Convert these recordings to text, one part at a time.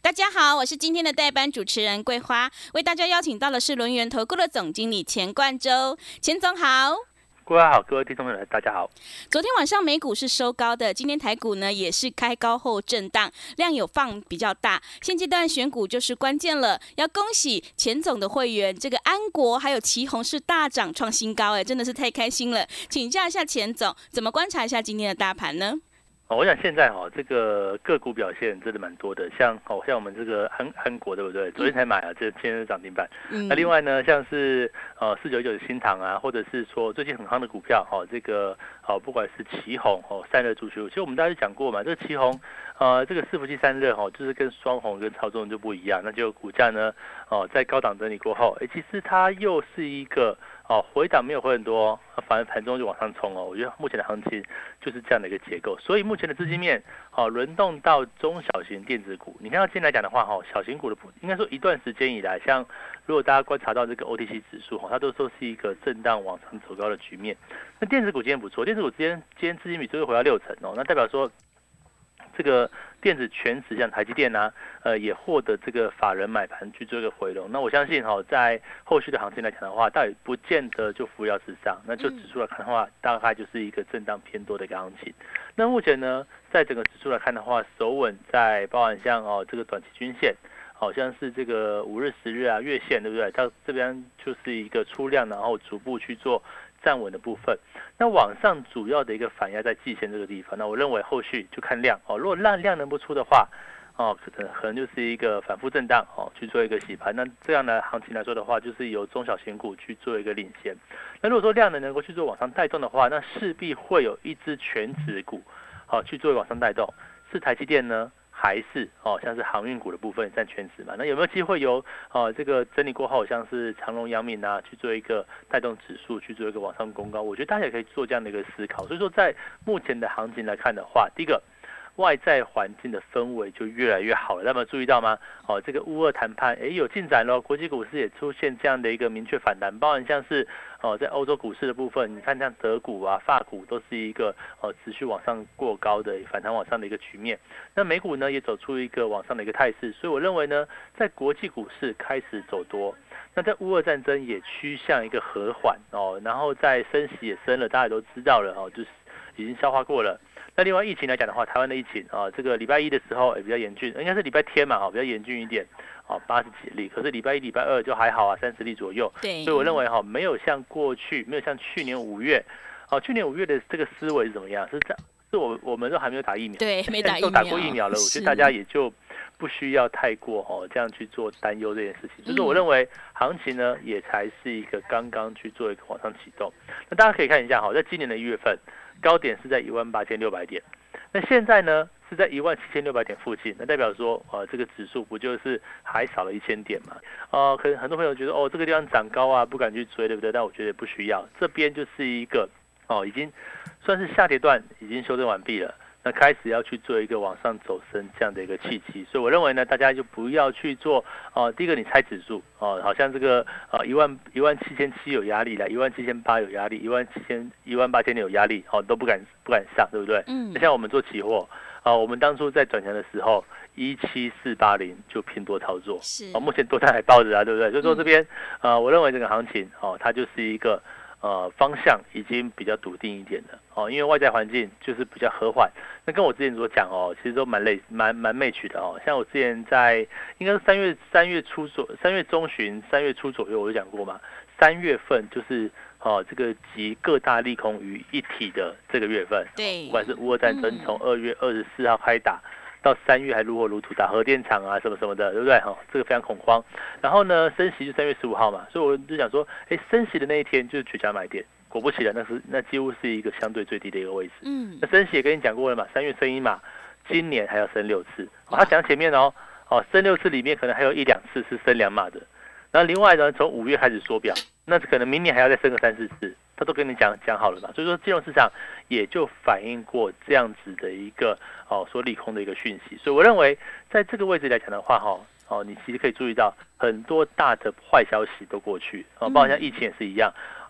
大家好，我是今天的代班主持人桂花，为大家邀请到的是轮源投顾的总经理钱冠洲，钱总好。 各位好，各位听众朋友大家好。 昨天晚上美股是收高的，今天台股呢也是开高后震荡，量有放比较大。现阶段选股就是关键了，要恭喜钱总的会员，这个安国还有奇鋐是大涨创新高，真的是太开心了。请教一下钱总，怎么观察一下今天的大盘呢？ 我想现在这个个股表现真的蛮多的，像我们这个安国对不对？昨天才买啊，这今天是涨停板。那另外呢，像是4919的新唐啊，或者是说最近很夯的股票这个不管是奇鋐散热族群，其实我们大家就讲过嘛，这个奇鋐这个伺服器散热就是跟双红跟超重就不一样，那就股价呢在高档整理过后，其实它又是一个回档没有回很多，反而盘中就往上冲我觉得目前的行情就是这样的一个结构，所以目前的资金面轮动到中小型电子股。你看到今天来讲的话小型股的应该说一段时间以来，像如果大家观察到这个 OTC 指数它都说是一个震荡往上走高的局面。那电子股今天不错，电子股今天资金比就会回到60%那代表说这个电子全指像台积电啊，也获得这个法人买盘去做一个回笼。那我相信在后续的行情来讲的话，倒也不见得就扶摇直上。那就指数来看的话，大概就是一个震荡偏多的一个行情。那目前呢，在整个指数来看的话，守稳在包含像这个短期均线，好像是这个5日、10日啊月线，对不对？到这边就是一个出量，然后逐步去做站稳的部分。那往上主要的一个反压在季线这个地方，那我认为后续就看量如果量能不出的话可能就是一个反复震荡去做一个洗盘。那这样的行情来说的话，就是由中小型股去做一个领先。那如果说量能够去做往上带动的话，那势必会有一支全指股去做往上带动，是台积电呢，还是像是航运股的部分占全指嘛？那有没有机会由这个整理过后，像是长荣、阳明啊，去做一个带动指数去做一个往上攻高？我觉得大家也可以做这样的一个思考。所以说，在目前的行情来看的话，第一个，外在环境的氛围就越来越好了。大家有注意到吗？这个乌俄谈判有进展了，国际股市也出现这样的一个明确反弹，包含像是在欧洲股市的部分，你看像德股啊、法股都是一个持续往上过高的反弹往上的一个局面。那美股呢也走出一个往上的一个态势，所以我认为呢，在国际股市开始走多，那在乌俄战争也趋向一个和缓然后在升息也升了，大家都知道了就是已经消化过了。那另外疫情来讲的话，台湾的疫情这个礼拜一的时候也比较严峻，应该是礼拜天嘛比较严峻一点80几例，可是礼拜一、礼拜二就还好啊，30例左右。 对， 所以我认为没有像去年5月，去年5月的这个思维是怎么样？是我们都还没有打疫苗， 对，没打疫苗， 都打过疫苗了，我觉得大家也就不需要太过这样去做担忧这件事情。就是我认为行情呢也才是一个刚刚去做一个往上启动。那大家可以看一下在今年的1月份。高点是在18600点，那现在呢是在17600点附近，那代表说这个指数不就是还少了1000点嘛？可能很多朋友觉得这个地方涨高啊，不敢去追，对不对？但我觉得不需要，这边就是一个已经算是下跌段已经修正完毕了。那开始要去做一个往上走升这样的一个契机，所以我认为呢，大家就不要去做第一个你猜指数好像这个17700有压力了，17800有压力，18000有压力都不敢上，对不对？那像我们做期货我们当初在转强的时候17480就偏多操作，目前多单还抱着啊，对不对？所以说这边我认为这个行情它就是一个方向已经比较笃定一点的因为外在环境就是比较和缓。那跟我之前所讲其实都蛮match的像我之前在应该是3月中旬、3月初左右我就讲过嘛，3月份就是这个集各大利空于一体的这个月份， 对， 不管是乌俄战争从2月24号开打。到3月还如火如荼打核电厂啊什么什么的，对不对？这个非常恐慌。然后呢，升息就3月15号嘛，所以我就想说，升息的那一天就是绝佳买点。果不其然，那几乎是一个相对最低的一个位置。那升息也跟你讲过了嘛，3月升1码，今年还要升6次。他讲前面升6次里面可能还有1、2次是升2码的。然后另外呢，从5月开始缩表，那可能明年还要再升个3、4次。他都跟你讲好了嘛，所以说金融市场也就反映过这样子的一个说利空的一个讯息，所以我认为在这个位置来讲的话你其实可以注意到很多大的坏消息都过去包括像疫情也是一样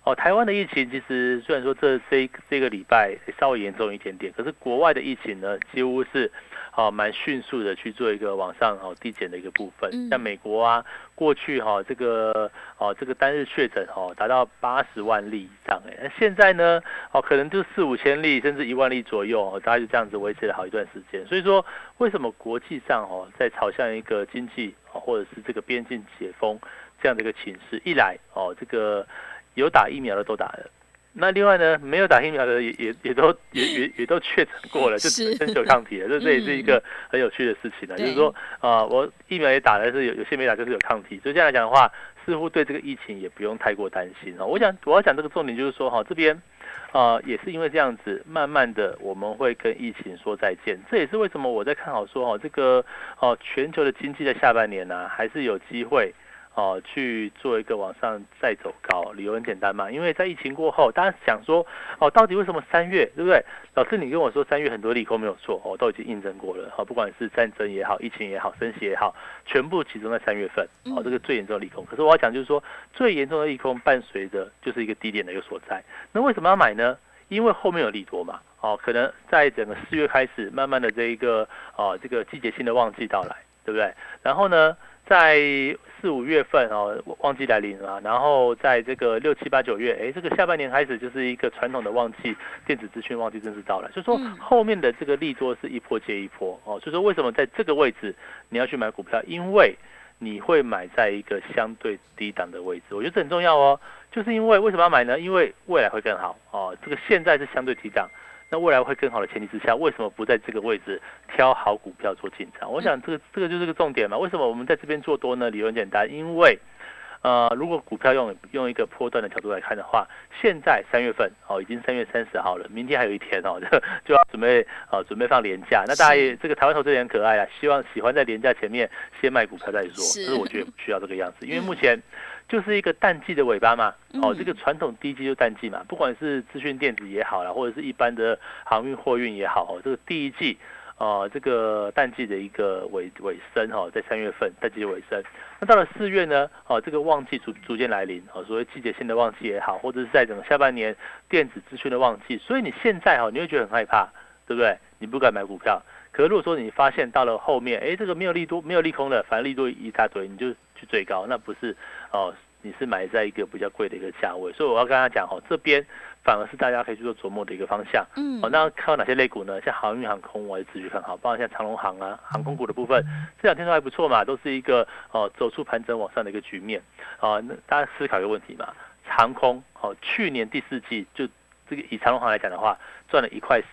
台湾的疫情其实虽然说这个礼拜稍微严重一点点，可是国外的疫情呢，几乎是蛮迅速的去做一个往上递减的一个部分。像美国啊，过去这个单日确诊达到80万例以上，那现在呢可能就4、5千例甚至1万例左右，大概就这样子维持了好一段时间。所以说，为什么国际上在朝向一个经济或者是这个边境解封这样的一个情势，一来这个有打疫苗的都打了，那另外呢，没有打疫苗的也都确诊过了，就本身就有抗体了，这也是一个很有趣的事情了。就是说，我疫苗也打了，是有些没打就是有抗体，所以这样来讲的话，似乎对这个疫情也不用太过担心。我要讲这个重点就是说，这边也是因为这样子，慢慢的我们会跟疫情说再见。这也是为什么我在看好说，这个全球的经济在下半年呢，还是有机会。去做一个往上再走高，理由很简单嘛，因为在疫情过后，大家想说，到底为什么3月，对不对？老师，你跟我说3月很多利空没有错，都已经印证过了，不管是战争也好，疫情也好，升息也好，全部集中在3月份，这个最严重的利空。可是我要讲就是说，最严重的利空伴随着就是一个低点的一个所在。那为什么要买呢？因为后面有利多嘛，可能在整个4月开始，慢慢的这一个这个季节性的旺季到来，对不对？然后呢，在4、5月份旺季来临啊，然后在这个6、7、8、9月，这个下半年开始就是一个传统的旺季，电子资讯旺季正式到来。所以说后面的这个利多是一波接一波所以说为什么在这个位置你要去买股票？因为你会买在一个相对低档的位置，我觉得这很重要就是因为为什么要买呢？因为未来会更好这个现在是相对低档。那未来会更好的前提之下，为什么不在这个位置挑好股票做进场？我想这个就是个重点嘛。为什么我们在这边做多呢？理由很简单，因为如果股票用一个波段的角度来看的话，现在3月份已经3月30号了，明天还有一天就要准备放连假。那大家也这个台湾投资人很可爱喜欢在连假前面先卖股票再说，可是我觉得不需要这个样子，因为目前就是一个淡季的尾巴嘛，这个传统第一季就淡季嘛，不管是资讯电子也好啦，或者是一般的航运货运也好，这个第一季这个淡季的一个尾声在3月份淡季的尾声。那到了4月呢，这个旺季逐渐来临所谓季节性的旺季也好，或者是在整个下半年电子资讯的旺季，所以你现在你会觉得很害怕，对不对？你不敢买股票。可是如果说你发现到了后面，这个没有利多没有利空了，反正利多一大堆，你就去追高，那不是你是买在一个比较贵的一个价位。所以我要跟他讲这边反而是大家可以去做琢磨的一个方向。那看到哪些类股呢？像航运航空我也持续看好，包括像长荣航啊，航空股的部分这2天都还不错嘛，都是一个走出盘整往上的一个局面那大家思考一个问题嘛，航空去年第4季就这个以长荣航来讲的话，赚了1.4块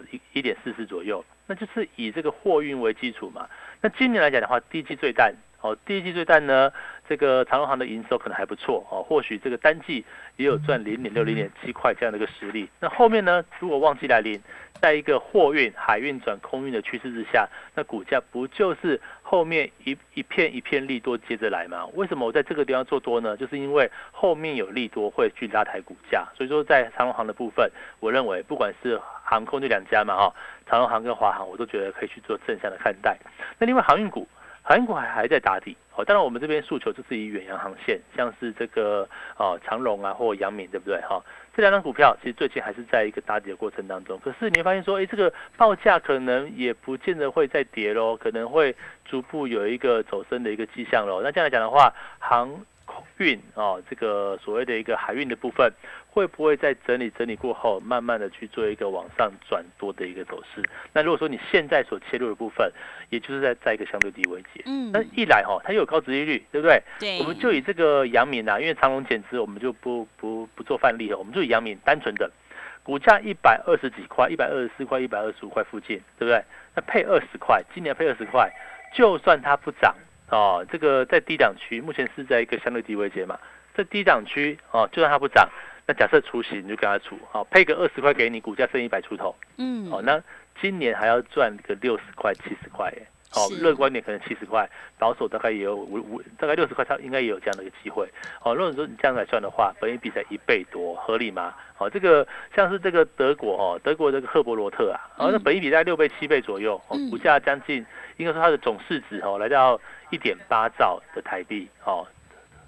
1.44左右，那就是以这个货运为基础嘛。那今年来讲的话，第一季最淡第一季最淡呢，这个长荣航的营收可能还不错或许这个单季也有赚0.6、0.7块这样的一个实力。那后面呢，如果旺季来临，在一个货运、海运转空运的趋势之下，那股价不就是后面一片一片利多接着来吗？为什么我在这个地方做多呢？就是因为后面有利多会去拉抬股价。所以说在长荣航的部分，我认为不管是航空就2家嘛长荣航跟华航，我都觉得可以去做正向的看待。那另外航运股还在打底当然我们这边诉求就是以远洋航线，像是这个长荣啊或阳明，对不对这2张股票其实最近还是在一个打底的过程当中。可是你会发现说，这个报价可能也不见得会再跌咯，可能会逐步有一个走升的一个迹象咯。那这样来讲的话，航运这个所谓的一个海运的部分，会不会在整理过后，慢慢的去做一个往上转多的一个走势？那如果说你现在所切入的部分，也就是在一个相对低位阶，那一来它又有高殖利率，对不对？ 对， 我们就以这个阳明因为长荣减资，我们就不做范例了，我们就以阳明单纯的股价120几块，124块、125块附近，对不对？那配20块，今年配20块，就算它不涨这个在低档区，目前是在一个相对低位阶嘛，在低档区就算它不涨，那假设除息你就跟它除配个20块给你，股价剩100出头，那今年还要赚个60块、70块乐观点可能70块，保守大概也有大概60块，它应该也有这样的一个机会如果说你这样来算的话，本益比才1倍多，合理吗？这个像是这个德国这个赫伯罗特那本益比在6倍、7倍左右股价将近，应该说它的总市值来到1.8兆的台币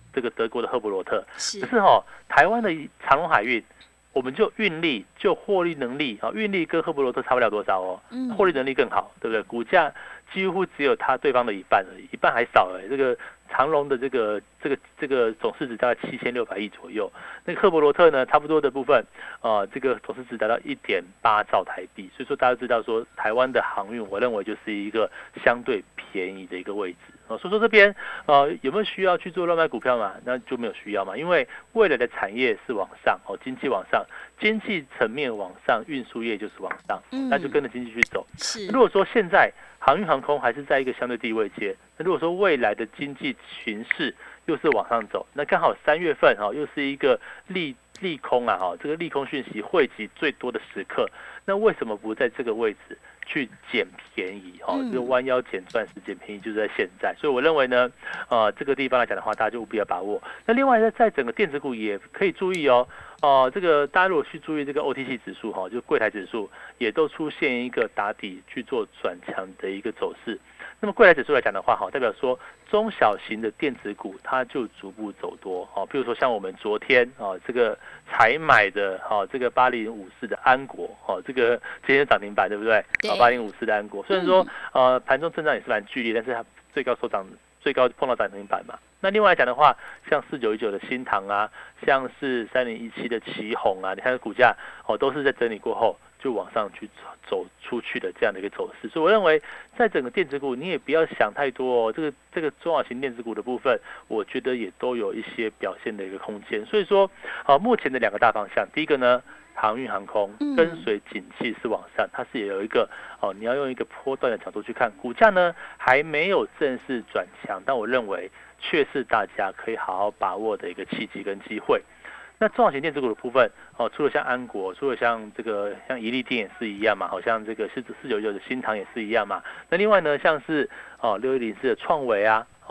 这个德国的赫伯罗特。 是。 可是台湾的长荣海运，我们就运力就获利能力运力跟赫伯罗特差不了多少获利能力更好，对不对？股价几乎只有对方的一半而已，一半还少这个长荣的这个总市值大概7600亿左右，那个赫伯罗特呢，差不多的部分这个总市值达到1.8兆台币，所以说大家知道说台湾的航运，我认为就是一个相对便宜的一个位置。所以说这边有没有需要去做乱卖股票嘛？那就没有需要嘛，因为未来的产业是往上经济往上，经济层面往上，运输业就是往上，那就跟着经济去走。如果说现在航运航空还是在一个相对低位阶，那如果说未来的经济形势又是往上走，那刚好3月份又是一个利空这个利空讯息汇集最多的时刻，那为什么不在这个位置去捡便宜这个弯腰捡钻石捡便宜就是在现在，所以我认为呢这个地方来讲的话，大家就务必要把握。那另外呢，在整个电子股也可以注意这个大家如果去注意这个 OTC 指数就柜台指数也都出现一个打底去做转强的一个走势。那么柜台指数来讲的话代表说中小型的电子股它就逐步走多譬如说像我们昨天这个才买的这个8054的安国这个今天涨停板对不对？8054的安国虽然说盘中震荡也是蛮剧烈，但是它最高碰到涨停板嘛。那另外来讲的话，像4919的新唐像是3017的奇宏你看股价都是在整理过后就往上去走出去的这样的一个走势，所以我认为在整个电子股你也不要想太多这个中小型电子股的部分，我觉得也都有一些表现的一个空间。所以说目前的2个大方向，第一个呢，航运航空跟随景气是往上，它是也有一个你要用一个波段的角度去看，股价呢还没有正式转强，但我认为却是大家可以好好把握的一个契机跟机会。那中小型电子股的部分除了像安国，除了像宜立电也是一样嘛，好像这个4919的新唐也是一样嘛。那另外呢，像是6104的创惟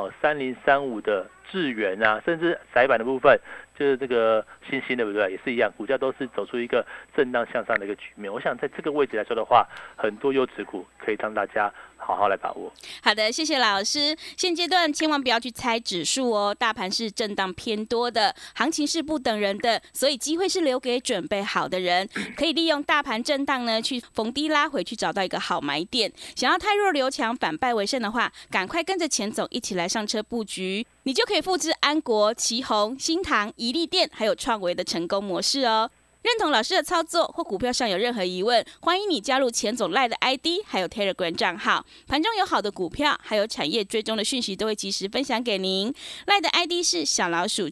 3035的智原甚至载板的部分，就是这个新兴的，对不对？也是一样，股价都是走出一个震荡向上的一个局面。我想在这个位置来说的话，很多优质股可以让大家好好来把握。 好的，谢谢老师。现阶段千万不要去猜指数大盘是震荡偏多的，行情是不等人的，所以机会是留给准备好的人，可以利用大盘震荡呢去逢低拉回，去找到一个好买点。想要汰弱留强，反败为胜的话，赶快跟着钱总一起来上车布局，你就可以复制安国、奇宏、新唐、宜立电还有创惟的成功模式认同老师的操作或股票上有任何疑问，欢迎你加入钱总 LINE 的 ID 还有 Telegram 账号，盘中有好的股票还有产业追踪的讯息都会及时分享给您。LINE 的 ID 是小老鼠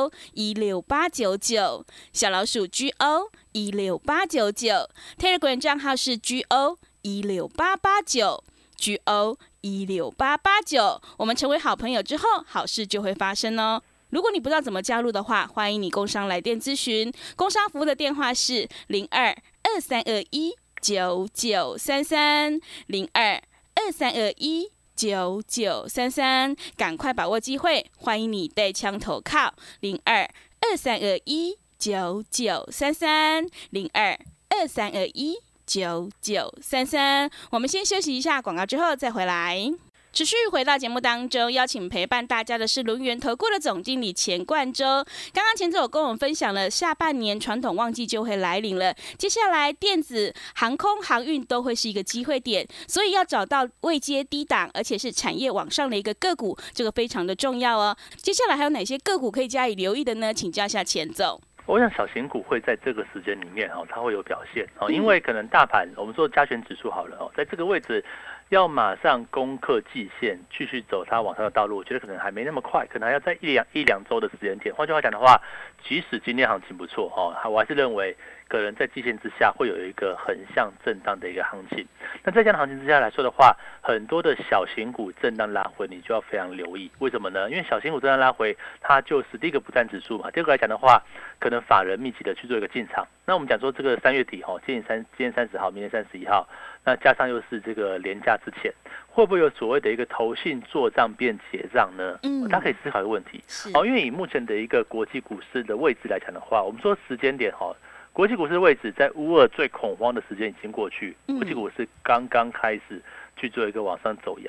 GO16899， 小老鼠 GO16899， Telegram 账号是 GO16889， GO16889。 我们成为好朋友之后，好事就会发生如果你不知道怎么加入的话，欢迎你工商来电咨询，工商服务的电话是02-2321-9933 02-2321-9933，赶快把握机会，欢迎你带枪投靠02-2321-9933 02-2321-9933。我们先休息一下广告之后再回来。持续回到节目当中，邀请陪伴大家的是轮源投顾的总经理钱冠洲。刚刚钱总有跟我们分享了下半年传统旺季就会来临了，接下来电子、航空、航运都会是一个机会点，所以要找到位阶低档而且是产业往上的一个个股，这个非常的重要接下来还有哪些个股可以加以留意的呢？请教一下钱总。 我想小型股会在这个时间里面它会有表现因为可能大盘我们说加权指数好了在这个位置要马上攻克季线，继续走它往上的道路，我觉得可能还没那么快，可能还要在一两周的时间点。换句话讲的话，即使今天行情不错我还是认为可能在季线之下会有一个横向震荡的一个行情。那在这样的行情之下来说的话，很多的小型股震荡拉回，你就要非常留意。为什么呢？因为小型股震荡拉回，它就是第一个不占指数嘛，第二个来讲的话，可能法人密集的去做一个进场。那我们讲说这个3月底今天30号，明天31号，那加上又是这个连假之前，会不会有所谓的一个投信做账变结账呢？大家可以思考一个问题因为以目前的一个国际股市的位置来讲的话，我们说时间点国际股市的位置在乌俄最恐慌的时间已经过去，国际股市刚刚开始去做一个往上走扬。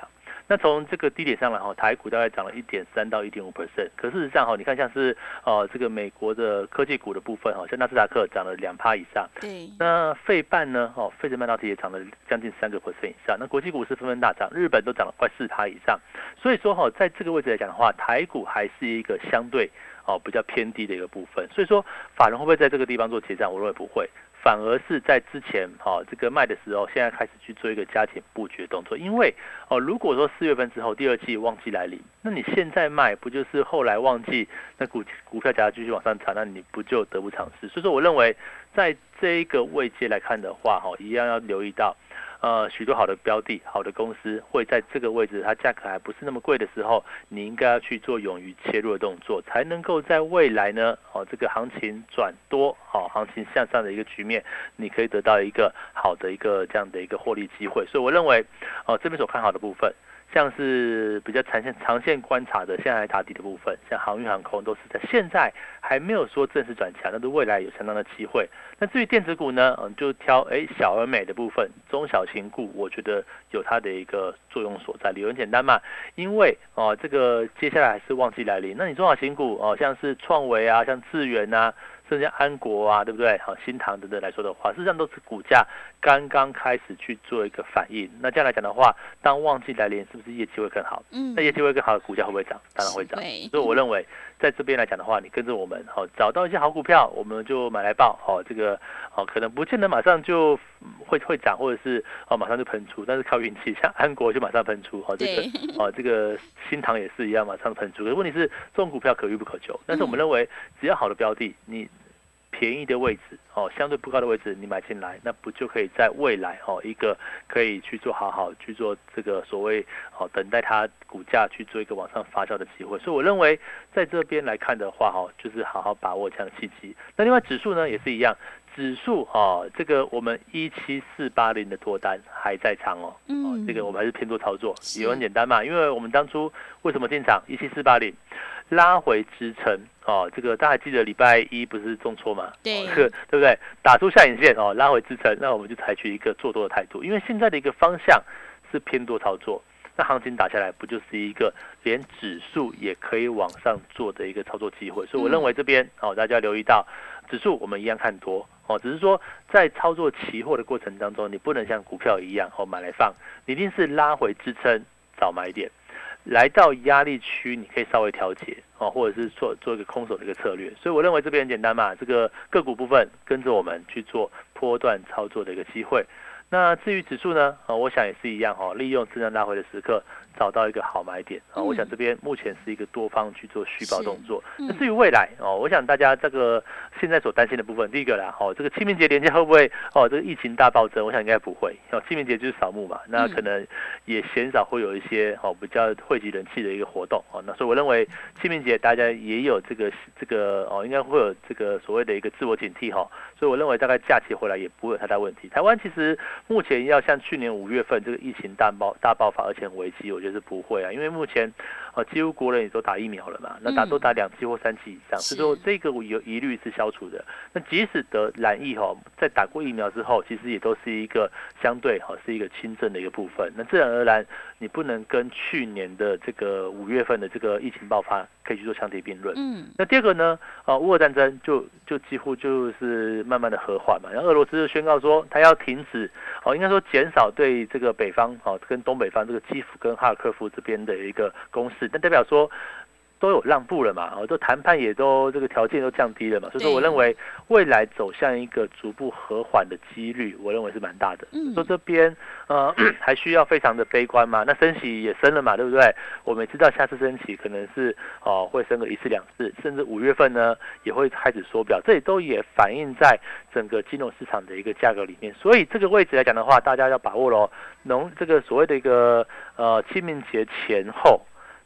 那从这个低点上来台股大概涨了1.3%到1.5%，可事实上你看像是这个美国的科技股的部分像纳斯达克涨了2%以上， 对， 那费半呢费城半导体也涨了将近3%以上，那国际股市纷纷大涨，日本都涨了快4%以上，所以说在这个位置来讲的话，台股还是一个相对比较偏低的一个部分，所以说法人会不会在这个地方做结账？我认为不会，反而是在之前这个卖的时候，现在开始去做一个加减布局的动作。因为如果说4月份之后第二季旺季来临，那你现在卖不就是后来旺季那股票价继续往上涨，那你不就得不偿失？所以说我认为在这一个位阶来看的话一样要留意到许多好的标的、好的公司会在这个位置，它价格还不是那么贵的时候，你应该要去做勇于切入的动作，才能够在未来呢，这个行情转多，行情向上的一个局面，你可以得到一个好的一个这样的一个获利机会。所以我认为，这边所看好的部分，像是比较长线观察的，现在打底的部分，像航运航空都是在现在还没有说正式转强，但是未来有相当的机会。那至于电子股呢，就挑小而美的部分，中小型股，我觉得有它的一个作用所在。理由很简单嘛，因为这个接下来还是旺季来临，那你中小型股像是创惟啊，像智原啊，甚至安国啊，对不对？新唐等等来说的话，事实上都是股价刚刚开始去做一个反应。那这样来讲的话，当旺季来临，是不是业绩会更好？那业绩会更好，股价会不会涨？当然会涨。所以我认为，在这边来讲的话，你跟着我们找到一些好股票，我们就买来报。这个可能不见得马上就会涨，或者是马上就喷出，但是靠运气，像安国就马上喷出。这个新唐也是一样，马上喷出。可是问题是，这种股票可遇不可求。但是我们认为，只要好的标的，你便宜的位置相对不高的位置你买进来，那不就可以在未来一个可以去做好去做这个所谓等待它股价去做一个往上发酵的机会。所以我认为在这边来看的话就是好好把握这样的契机。那另外指数呢也是一样，指数这个我们17480的多单还在长这个我们还是偏多操作，也很简单嘛，因为我们当初为什么进场17480拉回支撑这个大家还记得礼拜一不是重挫嘛？ 对， 对不对？打出下影线拉回支撑，那我们就采取一个做多的态度，因为现在的一个方向是偏多操作，那行情打下来不就是一个连指数也可以往上做的一个操作机会？所以我认为这边大家留意到指数我们一样看多只是说在操作期货的过程当中，你不能像股票一样买来放，你一定是拉回支撑早买点。来到压力区，你可以稍微调节或者是做一个空手的一个策略。所以我认为这边很简单嘛，这个个股部分跟着我们去做波段操作的一个机会。那至于指数呢，我想也是一样利用震荡拉回的时刻找到一个好买点我想这边目前是一个多方去做续报动作。那至于未来我想大家这个现在所担心的部分，第一个啦这个清明节连假会不会这个疫情大暴增？我想应该不会清明节就是扫墓嘛，那可能也鲜少会有一些比较汇集人气的一个活动那所以我认为清明节大家也有这个应该会有这个所谓的一个自我警惕所以我认为大概假期回来也不会有太大问题。台湾其实目前要像去年5月份这个疫情大爆发而且很危机，我觉得是不会因为目前几乎国人也都打疫苗了嘛，那都打2剂或3剂以上，所以说这个有疑虑是消除的。那即使得染疫在打过疫苗之后，其实也都是一个相对是一个轻症的一个部分。那自然而然你不能跟去年的这个5月份的这个疫情爆发可以去做相提并论。那第二个呢乌俄战争就几乎就是慢慢的和缓嘛，然后俄罗斯就宣告说他要停止应该说减少对这个北方跟东北方这个基辅跟哈尔科夫这边的一个攻势，但代表说都有让步了嘛，都谈判也都这个条件都降低了嘛，所以说我认为未来走向一个逐步和缓的几率，我认为是蛮大的。说这边还需要非常的悲观嘛？那升息也升了嘛，对不对？我们也知道下次升息可能是会升个1次2次，甚至5月份呢也会开始缩表，这都也反映在整个金融市场的一个价格里面。所以这个位置来讲的话，大家要把握咯，这个所谓的一个清明节前后。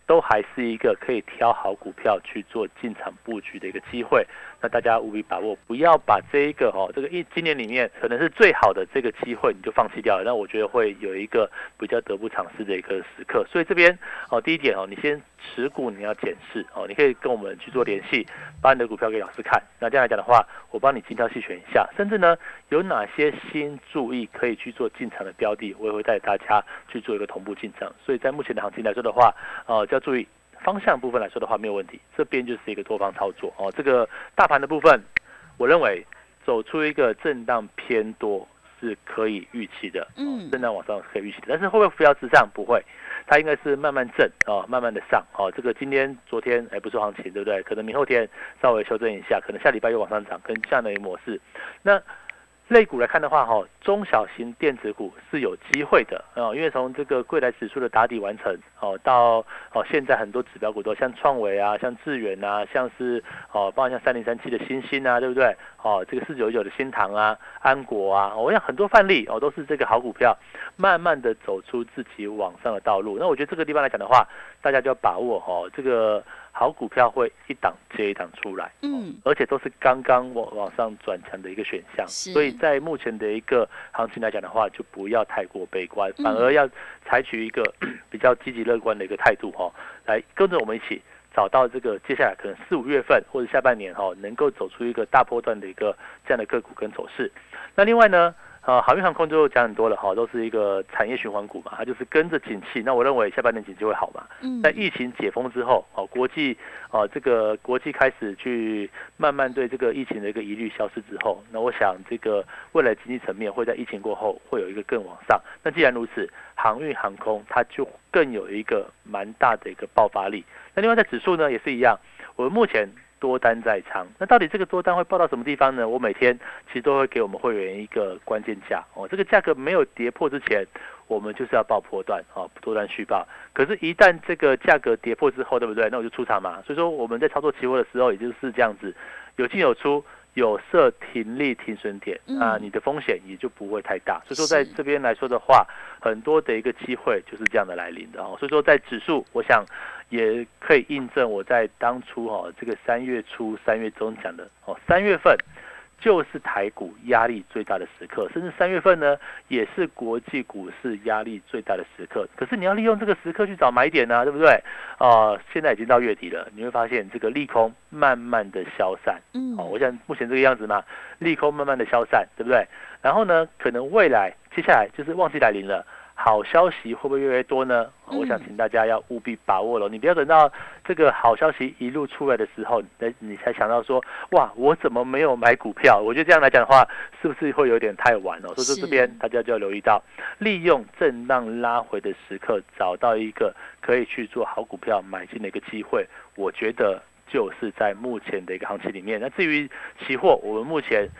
都还是一个可以挑好股票去做进场布局的一个机会。那大家务必把握，不要把这一个今年里面可能是最好的这个机会你就放弃掉了，那我觉得会有一个比较得不偿失的一个时刻。所以这边第一点你先持股你要检视你可以跟我们去做联系，把你的股票给老师看。那这样来讲的话，我帮你精挑细选一下，甚至呢有哪些新注意可以去做进场的标的，我也会带大家去做一个同步进场。所以在目前的行情来说的话，就要注意。方向部分来说的话没有问题，这边就是一个多方操作这个大盘的部分，我认为走出一个震荡偏多是可以预期的，震荡往上是可以预期的，但是会不会扶摇直上？不会，它应该是慢慢震慢慢的上这个今天昨天不是行情对不对？可能明后天稍微修正一下，可能下礼拜又往上涨，跟这样的一个模式。那类股来看的话中小型电子股是有机会的因为从这个柜台指数的打底完成到现在很多指标股都像创惟啊，像智原啊，像是包括像3037的欣兴啊，对不对？这个4919的新唐啊，安国啊，我想很多范例都是这个好股票，慢慢的走出自己往上的道路。那我觉得这个地方来讲的话，大家就要把握这个好股票会一档接一档出来，而且都是刚刚往上转强的一个选项，所以在目前的一个行情来讲的话，就不要太过悲观，反而要采取一个比较积极乐观的一个态度来跟着我们一起找到这个接下来可能4、5月份或者下半年能够走出一个大波段的一个这样的个股跟走势。那另外呢航运航空就讲很多了都是一个产业循环股嘛，它就是跟着景气。那我认为下半年景气会好嘛。在疫情解封之后国际开始去慢慢对这个疫情的一个疑虑消失之后，那我想这个未来经济层面会在疫情过后会有一个更往上。那既然如此，航运航空它就更有一个蛮大的一个爆发力。那另外在指数呢也是一样，我们目前多单在仓，那到底这个多单会报到什么地方呢？我每天其实都会给我们会员一个关键价这个价格没有跌破之前，我们就是要报波段多单续报。可是，一旦这个价格跌破之后，对不对？那我就出场嘛。所以说我们在操作期货的时候，也就是这样子，有进有出，有设停利停损点你的风险也就不会太大。所以说在这边来说的话，很多的一个机会就是这样的来临的所以说在指数，我想也可以印证我在当初这个3月初、3月中讲的3月份就是台股压力最大的时刻，甚至3月份呢也是国际股市压力最大的时刻。可是你要利用这个时刻去找买点对不对？现在已经到月底了，你会发现这个利空慢慢的消散。我想目前这个样子嘛，利空慢慢的消散，对不对？然后呢，可能未来接下来就是旺季来临了。好消息会不会越来越多呢？我想请大家要务必把握了。你不要等到这个好消息一路出来的时候，你才想到说，哇，我怎么没有买股票？我觉得这样来讲的话，是不是会有点太晚了？所以说这边大家就要留意到，利用震荡拉回的时刻，找到一个可以去做好股票买进的一个机会。我觉得就是在目前的一个行情里面。那至于期货，我们目前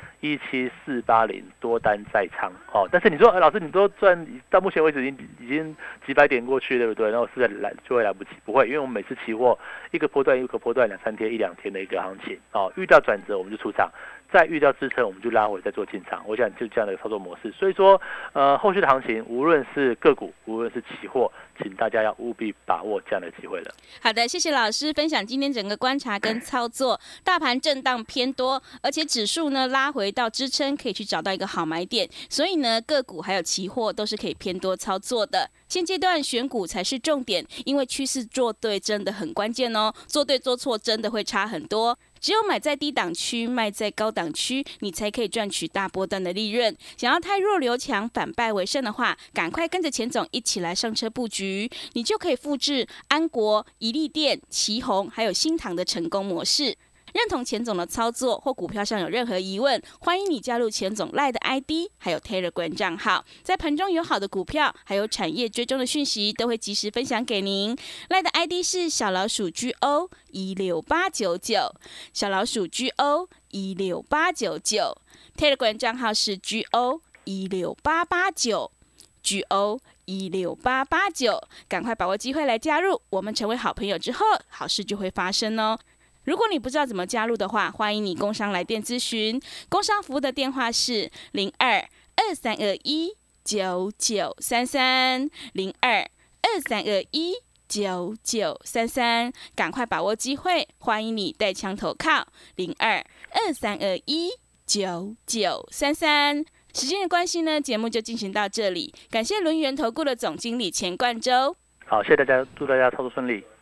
17480多单在仓但是你说老师你都赚到目前为止已经几百点过去，对不对？然后是就会来不及？不会，因为我们每次期货一个波段一个波段2-3天、1-2天的一个行情遇到转折我们就出场，再遇到支撑我们就拉回再做进场。我想就这样的一个操作模式。所以说后续的行情无论是个股无论是期货，请大家要务必把握这样的机会了。 好的，谢谢老师分享今天整个观察跟操作。大盘震荡偏多，而且指数呢拉回到支撑，可以去找到一个好买点。所以呢，个股还有期货都是可以偏多操作的。现阶段选股才是重点，因为趋势做对真的很关键做对做错真的会差很多。只有买在低档区，卖在高档区，你才可以赚取大波段的利润。想要汰弱留强，反败为胜的话，赶快跟着钱总一起来上车布局，你就可以复制安国、宜利电、奇鋐还有新唐的成功模式。认同钱总的操作或股票上有任何疑问，欢迎你加入钱总 LINE 的 ID 还有 Telegram 账号，在盘中有好的股票还有产业追踪的讯息都会及时分享给您。LINE 的 ID 是小老鼠 GO16899， 小老鼠 GO16899， Telegram 账号是 GO16889， GO16889， 赶快把握机会来加入，我们成为好朋友之后，好事就会发生如果你不知道怎么加入的话，欢迎你工商来电咨询。工商服务的电话是02-2321-9933 02-2321-9933。 9933，赶快把握机会，欢迎你带枪投靠0223219933。时间的关系呢，节目就进行到这里，感谢轮源投顾的总经理钱冠洲。 好，谢谢大家，祝大家操作顺利。